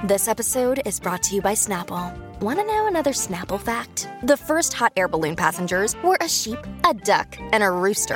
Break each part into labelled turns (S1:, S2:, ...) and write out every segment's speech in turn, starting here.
S1: This episode is brought to you by Snapple. Want to know another Snapple fact? The first hot air balloon passengers were a sheep, a duck, and a rooster.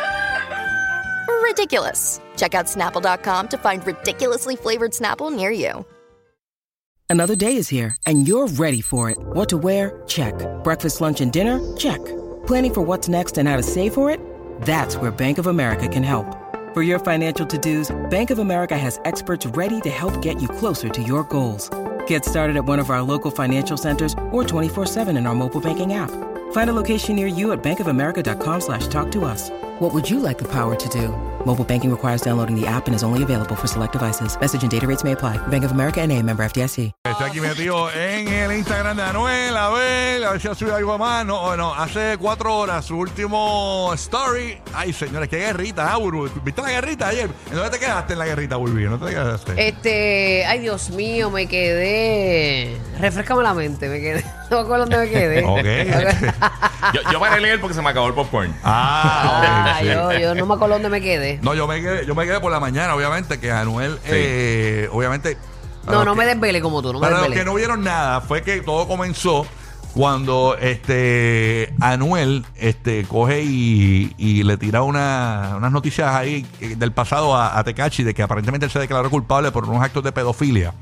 S1: Ridiculous. Check out Snapple.com to find ridiculously flavored Snapple near you.
S2: Another day is here, and you're ready for it. What to wear? Check. Breakfast, lunch, and dinner? Check. Planning for what's next and how to save for it? That's where Bank of America can help. For your financial to-dos, Bank of America has experts ready to help get you closer to your goals. Get started at one of our local financial centers or 24/7 in our mobile banking app. Find a location near you at bankofamerica.com/talktous. What would you like the power to do? Mobile banking requires downloading the app and is only available for select devices. Message and data rates may apply. Bank of America N.A., member FDIC.
S3: Está aquí metido en el Instagram de Anuel. A ver si ha subido algo más. No, hace 4 horas su último story. Ay, señores, qué guerrita, Burbu. ¿Viste la guerrita ayer? ¿En dónde te quedaste en la guerrita, Burbu? ¿No te quedaste?
S4: Ay, Dios mío, me quedé. Refrescame la mente, me quedé. No me acuerdo dónde me quedé.
S3: Ok.
S5: yo paré leer porque se me acabó el popcorn.
S3: Sí.
S4: Yo no me acuerdo dónde me quedé.
S3: No, yo me quedé por la mañana, obviamente, que Anuel, obviamente.
S4: No me desvele como tú, no me
S3: Para los
S4: desvele.
S3: que no vieron nada, fue que todo comenzó cuando Anuel coge y le tira unas noticias ahí del pasado a Tekashi de que aparentemente él se declaró culpable por unos actos de pedofilia.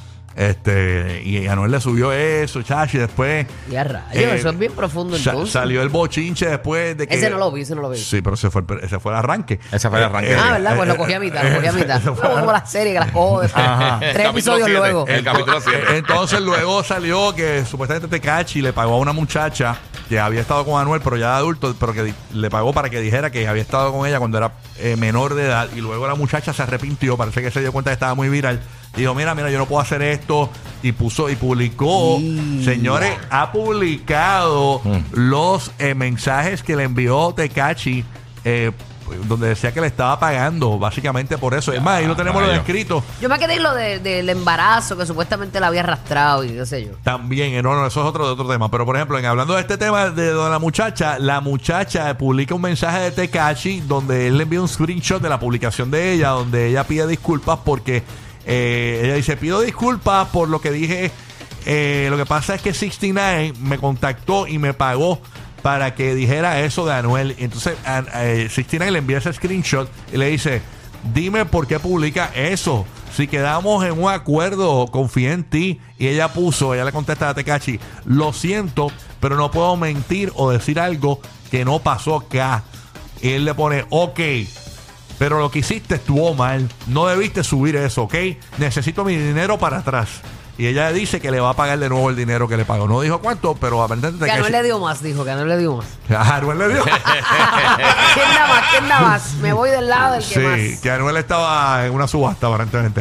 S3: Y Anuel le subió eso, chachi, después.
S4: Ya rayos, eso es bien profundo entonces.
S3: Salió el bochinche después de que.
S4: Ese no lo vi.
S3: Sí, pero ese fue el arranque.
S5: Ese fue el arranque.
S4: ¿Verdad? Pues lo cogí a mitad, como la serie que la cojo después. 3 episodios luego.
S5: El capítulo 7.
S3: Entonces luego salió que supuestamente Tekashi le pagó a una muchacha que había estado con Anuel, pero ya de adulto, pero que le pagó para que dijera que había estado con ella cuando era menor de edad. Y luego la muchacha se arrepintió, parece que se dio cuenta que estaba muy viral. Dijo, mira, yo no puedo hacer esto. Y publicó, señores, ha publicado los mensajes que le envió Tekashi, donde decía que le estaba pagando básicamente por eso. Es más, ahí lo tenemos lo descrito.
S4: Yo me quedé en lo del embarazo que supuestamente la había arrastrado y qué sé yo.
S3: También, no, eso es otro tema. Pero por ejemplo, hablando de este tema de la muchacha publica un mensaje de Tekashi donde él le envía un screenshot de la publicación de ella, donde ella pide disculpas porque ella dice, pido disculpas por lo que dije. Lo que pasa es que 69 me contactó y me pagó para que dijera eso de Anuel. Entonces 69 le envía ese screenshot y le dice, dime por qué publica eso. Si quedamos en un acuerdo, confío en ti. Y ella le contesta a Tekashi, lo siento, pero no puedo mentir o decir algo que no pasó acá. Y él le pone, ok, pero lo que hiciste estuvo mal. No debiste subir eso, ¿ok? Necesito mi dinero para atrás. Y ella dice que le va a pagar de nuevo el dinero que le pagó. No dijo cuánto, pero aparentemente...
S4: Que Anuel le dio más, dijo. Que Anuel le dio más.
S3: Anuel le dio.
S4: ¿Quién da más? Me voy del lado del que más.
S3: Sí, que Anuel estaba en una subasta, aparentemente.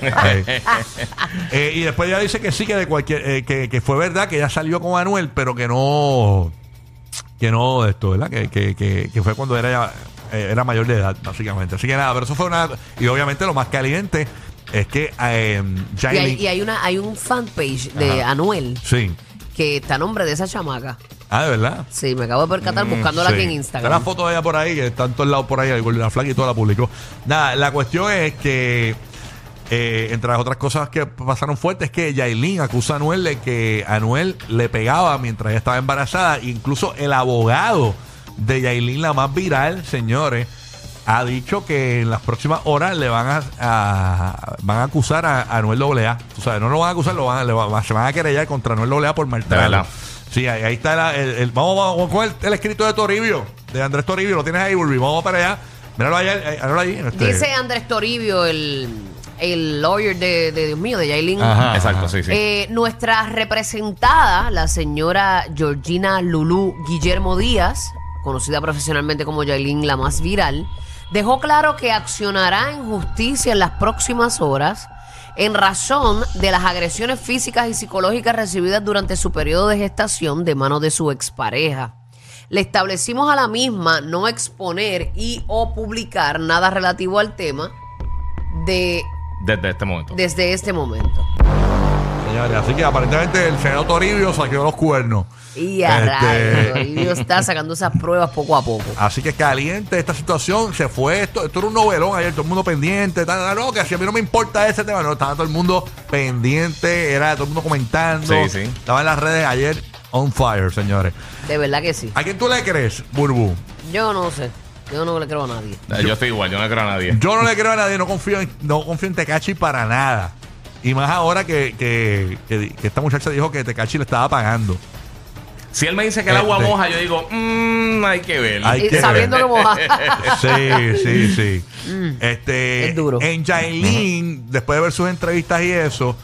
S3: Y después ella dice que sí, que de cualquier... que fue verdad, que ella salió con Anuel, pero que no de esto, ¿verdad? Que fue cuando era mayor de edad, básicamente. Así que nada, pero eso fue una... Y obviamente lo más caliente es que
S4: y hay un fanpage de Anuel que está a nombre de esa chamaca.
S3: ¿De verdad?
S4: Sí, me acabo de percatar buscándola aquí en Instagram.
S3: Está la foto de ella por ahí, que está en todos lados por ahí, la flag y todo la publicó. Nada, la cuestión es que entre las otras cosas que pasaron fuertes es que Yailin acusa a Anuel de que Anuel le pegaba mientras ella estaba embarazada. Incluso el abogado de Yailin, la más viral, señores, ha dicho que en las próximas horas le van a acusar a Anuel AA. O sea, no lo van a acusar, se van a querellar contra Anuel AA por maltrato. Sí, ahí está vamos con el escrito de Toribio, de Andrés Toribio. Lo tienes ahí, Burby. Vamos para allá. Míralo ahí.
S4: Dice Andrés Toribio, el lawyer de Dios mío, de Yailin.
S5: Ajá, exacto, sí.
S4: Nuestra representada, la señora Georgina Lulú Guillermo Díaz, conocida profesionalmente como Yailin, la más viral, dejó claro que accionará en justicia en las próximas horas en razón de las agresiones físicas y psicológicas recibidas durante su periodo de gestación de manos de su expareja. Le establecimos a la misma no exponer y o publicar nada relativo al tema desde este momento.
S3: señores. Así que aparentemente el senador Toribio saqueó los cuernos.
S4: Y a rayos, Toribio está sacando esas pruebas poco a poco.
S3: Así que caliente esta situación, se fue esto era un novelón ayer, todo el mundo pendiente, no, que si a mí no me importa ese tema, no, estaba todo el mundo pendiente, era todo el mundo comentando, estaba en las redes ayer on fire, señores.
S4: De verdad que sí.
S3: ¿A quién tú le crees, Burbu?
S4: Yo no sé, yo no le creo a nadie.
S5: Yo estoy igual, yo no le creo a nadie.
S3: Yo no le creo a nadie, no confío en Tekashi para nada. Y más ahora que esta muchacha dijo que Tekashi le estaba pagando.
S5: Si él me dice que el agua moja, yo digo, hay que ver.
S4: Sabiendo que moja.
S3: Sí.
S4: Es duro.
S3: En Yailin, después de ver sus entrevistas y eso,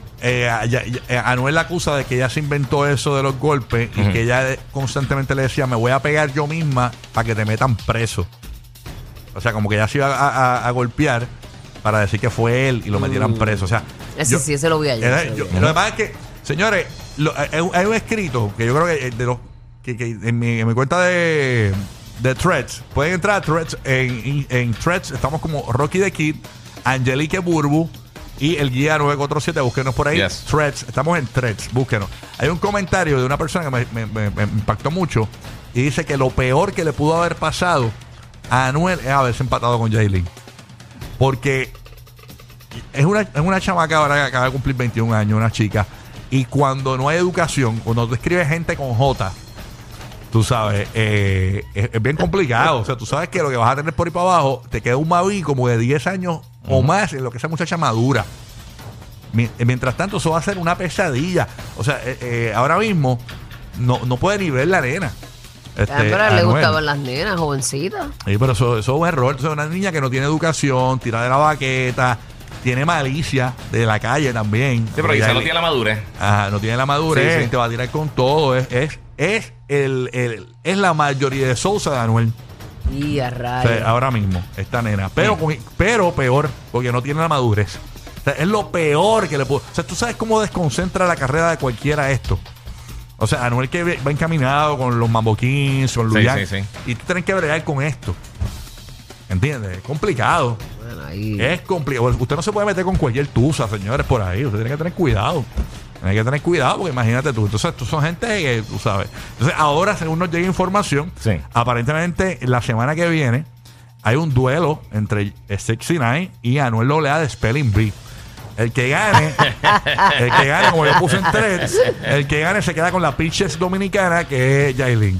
S3: Anuel la acusa de que ella se inventó eso de los golpes y que ella constantemente le decía, me voy a pegar yo misma para que te metan preso. O sea, como que ella se iba a golpear para decir que fue él y lo metieran preso. O sea,
S4: ese lo vi ayer.
S3: Lo demás es que, señores, hay un escrito que yo creo que en mi cuenta de Threads, pueden entrar a Threads, en Threads estamos como Rocky the Kid, Angelique Burbu y el guía 947, búsquenos por ahí. Threads, estamos en Threads, búsquenos. Hay un comentario de una persona que me impactó mucho y dice que lo peor que le pudo haber pasado a Anuel es haberse empatado con Yailin, porque es una chamaca ahora que acaba de cumplir 21 años, una chica. Y cuando no hay educación, cuando tú escribes gente con J, tú sabes, es bien complicado. O sea, tú sabes que lo que vas a tener por ahí para abajo, te queda un maví como de 10 años o más en lo que esa muchacha madura. Mientras tanto, eso va a ser una pesadilla. O sea, ahora mismo no puede ni ver la nena.
S4: Pero a él le gustaban las nenas, jovencitas.
S3: Sí, pero eso es un error. Entonces, una niña que no tiene educación, tira de la baqueta, tiene malicia de la calle también.
S5: Sí, pero quizás no tiene la madurez.
S3: Ajá, no tiene la madurez, te va a tirar con todo. Es la mayoría de Sousa de Anuel.
S4: Y a rayos.
S3: O sea, ahora mismo, esta nena. Pero peor, porque no tiene la madurez. O sea, es lo peor que le puedo. O sea, tú sabes cómo desconcentra la carrera de cualquiera esto. O sea, Anuel que va encaminado con los Mambo Kings, con Luyan. Y tú tienes que bregar con esto. ¿Entiendes? Es complicado.
S4: Bueno, ahí.
S3: Es complicado. Usted no se puede meter con cualquier tusa, señores, por ahí. Usted tiene que tener cuidado. Hay que tener cuidado porque imagínate tú. Entonces, tú son gente que tú sabes. Entonces, ahora, según nos llega información, aparentemente la semana que viene hay un duelo entre 69 y Anuel AA de Spelling Bee. El que gane, como yo puse en Threads, el que gane se queda con la Pitches dominicana, que es Yailin.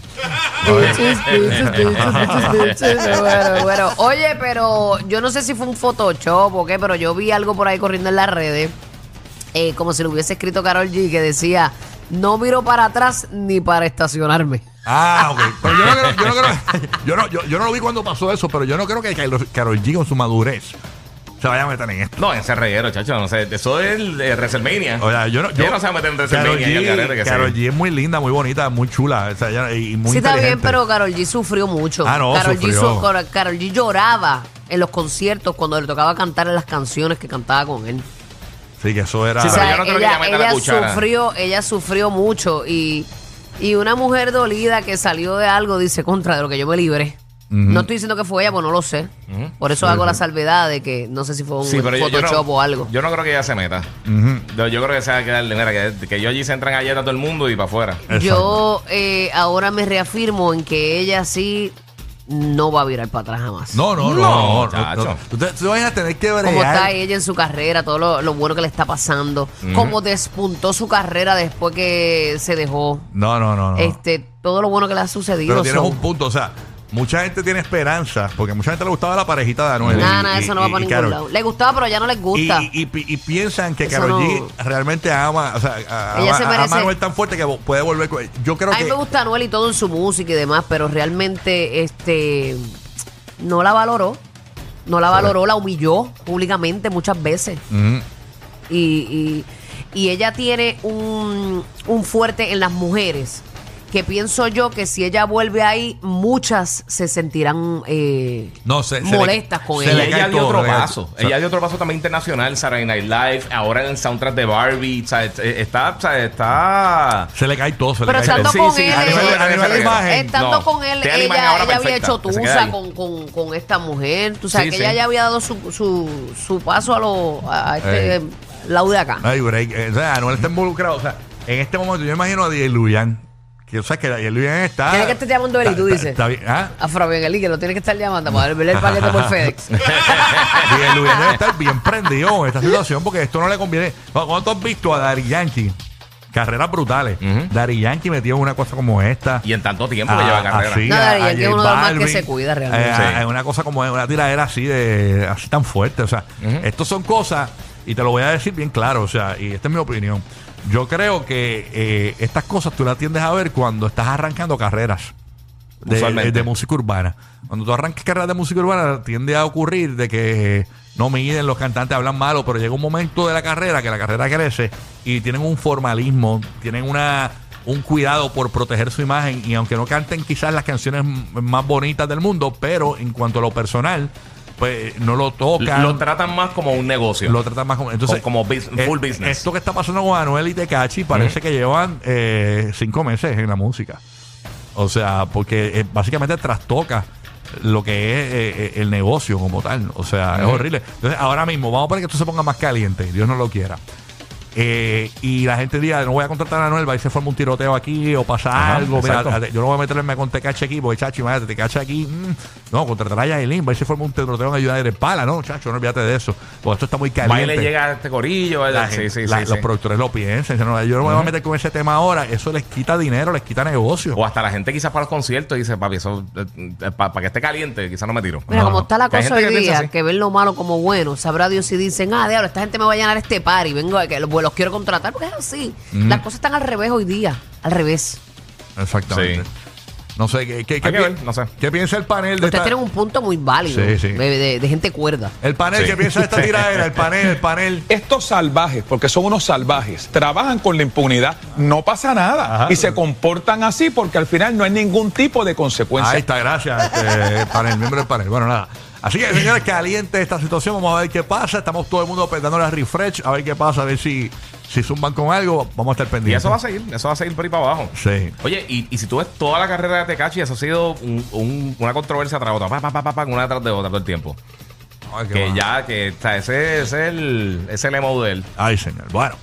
S4: Bueno. Oye, pero yo no sé si fue un Photoshop o qué, pero yo vi algo por ahí corriendo en las redes, como si lo hubiese escrito Karol G, que decía, no miro para atrás ni para estacionarme.
S3: Ah, ok. Pero yo no lo vi cuando pasó eso, pero yo no creo que Karol G con su madurez se vaya a meter en esto.
S5: No, en ese reguero, chacho, no sé. Eso es el WrestleMania.
S3: O sea, yo no
S5: se va a meter en WrestleMania.
S3: Karol G es muy linda, muy bonita, muy chula. O sea, y muy
S4: sí, está
S3: inteligente.
S4: bien, pero Karol G sufrió mucho. Karol G lloraba en los conciertos cuando le tocaba cantar en las canciones que cantaba con él.
S3: Sí, que eso era...
S5: Sí, pero yo no creo que ella meta la cuchara.
S4: Ella sufrió mucho y una mujer dolida que salió de algo dice, contra de lo que yo me libré. No estoy diciendo que fue ella, pues no lo sé. Por eso hago la salvedad de que no sé si fue un Photoshop o algo.
S5: Yo no creo que ella se meta. Yo creo que se va a quedar, mira, que ellos allí se entran ayer a todo el mundo y para afuera.
S4: Yo ahora me reafirmo en que ella sí no va a virar para atrás jamás.
S3: No. Tú vas a tener que ver
S4: cómo está ella en su carrera, todo lo bueno que le está pasando, cómo despuntó su carrera después que se dejó.
S3: No.
S4: Todo lo bueno que le ha sucedido.
S3: Pero tienes un punto, o sea, mucha gente tiene esperanza, porque a mucha gente le gustaba la parejita de Anuel.
S4: Eso no va para ningún lado. Le gustaba, pero ya no les gusta.
S3: Y piensan que Karol G realmente ama, o sea, ama a Anuel tan fuerte que puede volver con él. Yo creo que...
S4: A mí me gusta Anuel y todo en su música y demás, pero realmente no la valoró. No la valoró, la humilló públicamente muchas veces. Y ella tiene un fuerte en las mujeres, que pienso yo que si ella vuelve ahí, muchas se sentirán molestas con ella.
S5: Ella dio otro paso. Ella dio otro paso también internacional, Saturday Night Live, ahora en el soundtrack de Barbie. Está...
S3: Se le cae todo,
S4: Pero estando con él,
S3: a nivel de imagen.
S4: Estando con él, ella había hecho tusa con esta mujer. Tú sabes que ella ya había dado su paso a laude acá.
S3: No hay break. O sea, Anuel está involucrado. O sea, en este momento yo imagino a DJ Luyan. Que o sea, que DJ Luyan está...
S4: Tiene que estar llamando él y tú dices.
S3: Está bien. ¿Ah?
S4: A Fabián Eli, que lo tiene que estar llamando para ver el paquete por FedEx.
S3: DJ Luyan debe estar bien prendido en esta situación porque esto no le conviene. ¿Cuándo tú has visto a Daddy Yankee? Carreras brutales. Daddy Yankee metió una cosa como esta.
S5: Y en tanto tiempo que lleva carrera.
S3: Así,
S4: No, Daddy Yankee es
S3: J
S4: uno de los más que
S3: Balvin,
S4: se cuida realmente.
S3: Una cosa como una tiradera así tan fuerte. O sea, estos son cosas, y te lo voy a decir bien claro, o sea, y esta es mi opinión. Yo creo que estas cosas tú las tiendes a ver cuando estás arrancando carreras de música urbana. Cuando tú arrancas carreras de música urbana, tiende a ocurrir de que no miden, los cantantes hablan malo, pero llega un momento de la carrera que la carrera crece y tienen un formalismo, tienen un cuidado por proteger su imagen, y aunque no canten quizás las canciones más bonitas del mundo, pero en cuanto a lo personal, pues no lo tocan.
S5: Lo tratan más como un negocio.
S3: Lo tratan más como... Entonces,
S5: como full business.
S3: Esto que está pasando con Anuel y Tekashi parece que llevan 5 meses en la música. O sea, porque básicamente trastoca lo que es el negocio como tal. O sea, es horrible. Entonces, ahora mismo, vamos a poner que esto se ponga más caliente. Dios no lo quiera. Y la gente diga, no voy a contratar a Anuel, va y se forma un tiroteo aquí o pasa algo. Mira, yo no voy a meterme con Tekashi aquí porque, chacho, imagínate, Tekashi aquí, no, contratar a Yailin, va y se forma un tiroteo en ayuda de pala, no, chacho, no olvídate de eso, porque esto está muy caliente.
S5: Va y le llega a este corillo,
S3: los productores lo piensan, yo no me voy a meter con ese tema ahora, eso les quita dinero, les quita negocio.
S5: O hasta la gente quizás para los conciertos dice, papi, eso para que esté caliente, quizás no me tiro.
S4: Mira, como está la
S5: Que hay
S4: cosa
S5: gente
S4: hoy
S5: que piensa
S4: día,
S5: así.
S4: que ven lo malo como bueno, sabrá Dios si dicen, diablo, esta gente me va a llenar este party, vengo a que los quiero contratar, porque es así. Las cosas están al revés hoy día, al revés.
S3: Exactamente.
S5: Sí.
S3: No sé,
S5: Hay que ver, no sé.
S3: ¿qué piensa el panel de
S4: Ustedes tienen un punto muy válido
S3: Sí, sí.
S4: De gente cuerda.
S3: El panel,
S5: Sí.
S3: ¿qué piensa de esta tiradera? El panel.
S6: Estos salvajes, porque son unos salvajes, trabajan con la impunidad, no pasa nada.
S3: Ajá.
S6: Y se comportan así porque al final no hay ningún tipo de consecuencia.
S3: Ahí está, gracias, el panel, miembro del panel. Bueno, nada. Así que, señores, caliente esta situación. Vamos a ver qué pasa. Estamos todo el mundo dándole a refresh, a ver qué pasa, a ver si zumban con algo. Vamos a estar
S5: Y
S3: pendientes.
S5: eso va a seguir por ahí para abajo.
S3: Sí.
S5: Oye, y si tú ves toda la carrera de Tekashi, eso ha sido una controversia tras otra, una detrás de otra todo el tiempo.
S3: Ay, qué
S5: Que
S3: mal.
S5: ya, que o sea, ese es el emo de él.
S3: Ay, señor. Bueno.